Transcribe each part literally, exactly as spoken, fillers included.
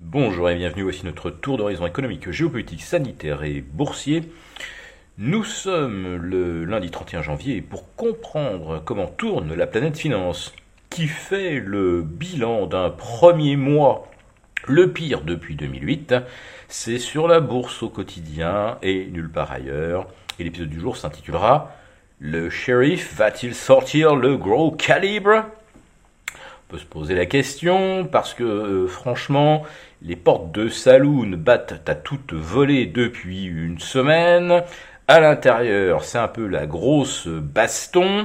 Bonjour et bienvenue, voici notre tour d'horizon économique, géopolitique, sanitaire et boursier. Nous sommes le lundi trente et un janvier et pour comprendre comment tourne la planète finance, qui fait le bilan d'un premier mois, le pire depuis deux mille huit, c'est sur la bourse au quotidien et nulle part ailleurs. Et l'épisode du jour s'intitulera « Le shérif va-t-il sortir le gros calibre ?» On peut se poser la question parce que euh, franchement, les portes de saloon battent à toute volée depuis une semaine. À l'intérieur, c'est un peu la grosse baston.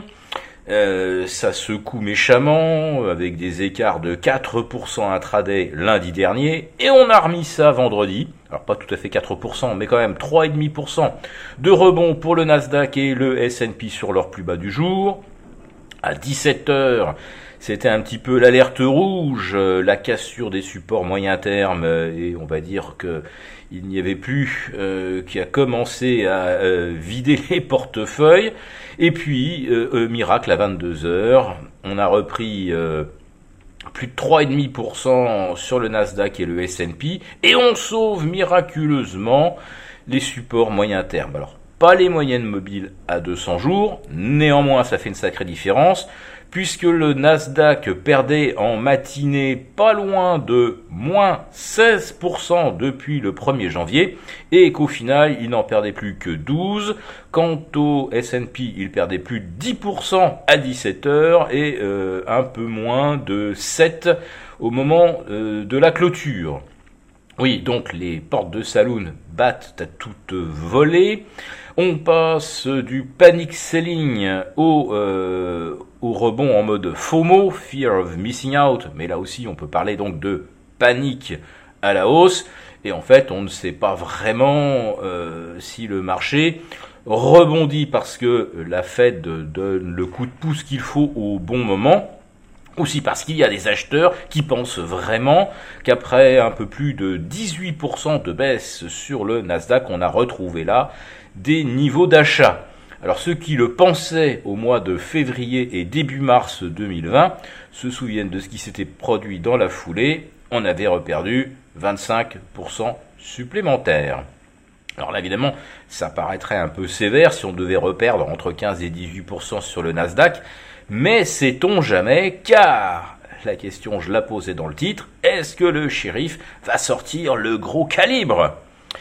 Euh, ça secoue méchamment avec des écarts de quatre pour cent intraday lundi dernier. Et on a remis ça vendredi. Alors pas tout à fait quatre pour cent, mais quand même trois virgule cinq pour cent de rebond pour le Nasdaq et le S and P sur leur plus bas du jour. À dix-sept heures, c'était un petit peu l'alerte rouge, la cassure des supports moyen terme, et on va dire que il n'y avait plus euh, qui a commencé à euh, vider les portefeuilles. Et puis, euh, euh, miracle, à vingt-deux heures, on a repris euh, plus de trois virgule cinq pour cent sur le Nasdaq et le S and P, et on sauve miraculeusement les supports moyen terme. Alors, pas les moyennes mobiles à deux cents jours, néanmoins ça fait une sacrée différence, puisque le Nasdaq perdait en matinée pas loin de moins seize pour cent depuis le premier janvier, et qu'au final il n'en perdait plus que douze. Quant au S and P, il perdait plus de dix pour cent à dix-sept heures, et euh, un peu moins de sept au moment euh, de la clôture. Oui, donc les portes de saloon battent à toute volée. On passe du panic selling au, euh, au rebond en mode FOMO, Fear of Missing Out, mais là aussi on peut parler donc de panique à la hausse, et en fait on ne sait pas vraiment euh, si le marché rebondit parce que la Fed donne le coup de pouce qu'il faut au bon moment, aussi parce qu'il y a des acheteurs qui pensent vraiment qu'après un peu plus de dix-huit pour cent de baisse sur le Nasdaq, on a retrouvé là des niveaux d'achat. Alors ceux qui le pensaient au mois de février et début mars deux mille vingt se souviennent de ce qui s'était produit dans la foulée. On avait reperdu vingt-cinq pour cent supplémentaires. Alors là, évidemment, ça paraîtrait un peu sévère si on devait reperdre entre quinze et dix-huit pour cent sur le Nasdaq, mais sait-on jamais, car la question, je la posais dans le titre, est-ce que le shérif va sortir le gros calibre ?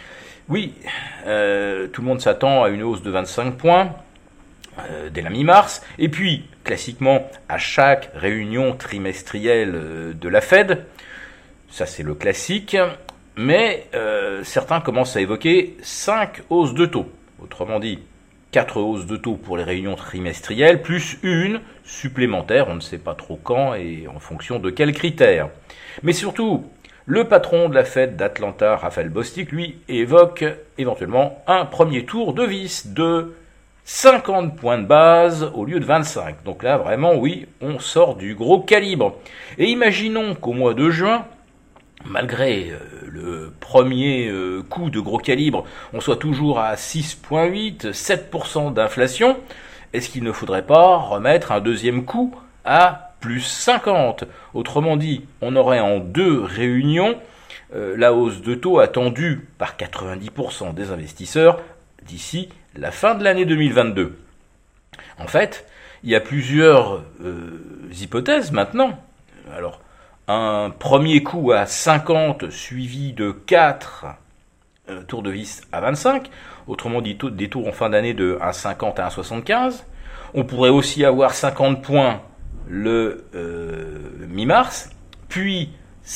Oui, euh, tout le monde s'attend à une hausse de vingt-cinq points euh, dès la mi-mars, et puis, classiquement, à chaque réunion trimestrielle euh, de la Fed, ça c'est le classique, mais euh, certains commencent à évoquer cinq hausses de taux, autrement dit, quatre hausses de taux pour les réunions trimestrielles, plus une supplémentaire, on ne sait pas trop quand et en fonction de quels critères. Mais surtout, le patron de la Fed d'Atlanta, Raphaël Bostic, lui, évoque éventuellement un premier tour de vis de cinquante points de base au lieu de vingt-cinq. Donc là, vraiment, oui, on sort du gros calibre. Et imaginons qu'au mois de juin, malgré euh, le premier euh, coup de gros calibre, on soit toujours à six virgule huit, sept pour cent d'inflation. Est-ce qu'il ne faudrait pas remettre un deuxième coup à plus cinquante? Autrement dit, on aurait en deux réunions euh, la hausse de taux attendue par quatre-vingt-dix pour cent des investisseurs d'ici la fin de l'année deux mille vingt-deux. En fait, il y a plusieurs euh, hypothèses maintenant. Alors, un premier coup à cinquante suivi de quatre euh, tours de vis à vingt-cinq, autrement dit taux, des tours en fin d'année de un virgule cinquante à un virgule soixante-quinze. On pourrait aussi avoir cinquante points le euh, mi-mars, puis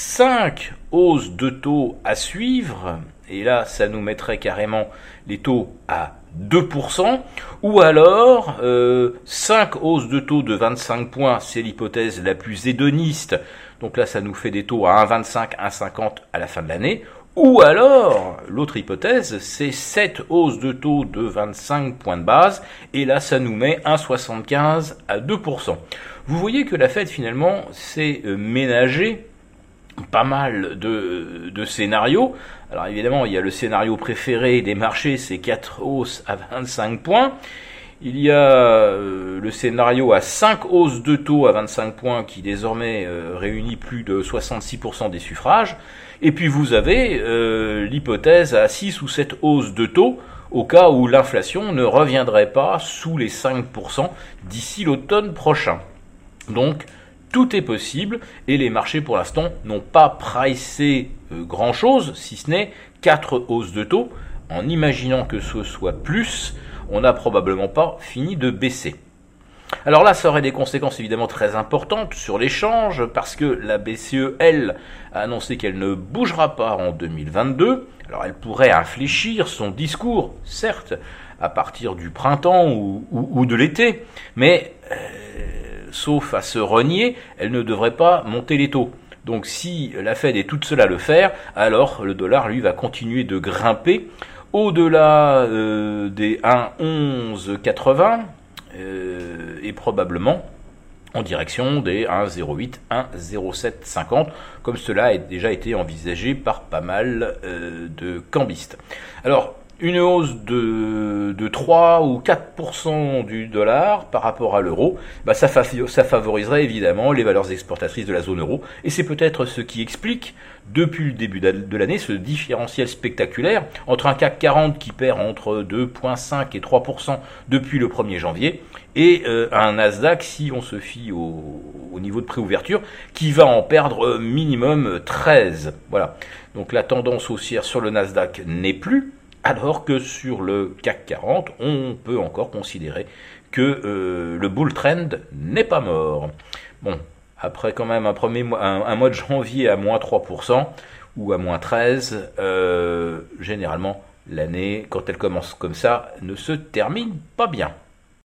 cinq hausses de taux à suivre, et là ça nous mettrait carrément les taux à deux pour cent, ou alors euh, cinq hausses de taux de vingt-cinq points, c'est l'hypothèse la plus hédoniste, donc là ça nous fait des taux à un virgule vingt-cinq, un virgule cinquante à la fin de l'année, ou alors, l'autre hypothèse, c'est sept hausses de taux de vingt-cinq points de base, et là ça nous met un virgule soixante-quinze à deux pour cent. Vous voyez que la Fed finalement s'est ménagé pas mal de, de scénarios. Alors évidemment, il y a le scénario préféré des marchés, c'est quatre hausses à vingt-cinq points. Il y a euh, le scénario à cinq hausses de taux à vingt-cinq points qui désormais euh, réunit plus de soixante-six pour cent des suffrages. Et puis vous avez euh, l'hypothèse à six ou sept hausses de taux au cas où l'inflation ne reviendrait pas sous les cinq pour cent d'ici l'automne prochain. Donc tout est possible et les marchés pour l'instant n'ont pas pricé euh, grand chose, si ce n'est quatre hausses de taux. En imaginant que ce soit plus, on n'a probablement pas fini de baisser. Alors là, ça aurait des conséquences évidemment très importantes sur l'échange, parce que la B C E, elle, a annoncé qu'elle ne bougera pas en deux mille vingt-deux. Alors elle pourrait infléchir son discours, certes, à partir du printemps ou, ou, ou de l'été, mais euh, sauf à se renier, elle ne devrait pas monter les taux. Donc si la Fed est toute seule à le faire, alors le dollar, lui, va continuer de grimper au-delà euh, des un virgule onze quatre-vingts euh, et probablement en direction des un virgule zéro huit, un virgule zéro sept cinquante, comme cela a déjà été envisagé par pas mal euh, de cambistes. Alors, une hausse de, de trois ou quatre pour cent du dollar par rapport à l'euro, bah ça, fa- ça favoriserait évidemment les valeurs exportatrices de la zone euro, et c'est peut-être ce qui explique, depuis le début de l'année, ce différentiel spectaculaire entre un C A C quarante qui perd entre deux virgule cinq et trois pour cent depuis le premier janvier, et euh, un Nasdaq, si on se fie au, au niveau de préouverture, qui va en perdre minimum treize. Voilà. Donc la tendance haussière sur le Nasdaq n'est plus, alors que sur le C A C quarante, on peut encore considérer que euh, le bull trend n'est pas mort. Bon, après quand même un, premier mois, un, un mois de janvier à moins trois pour cent ou à moins treize, euh, généralement l'année, quand elle commence comme ça, ne se termine pas bien.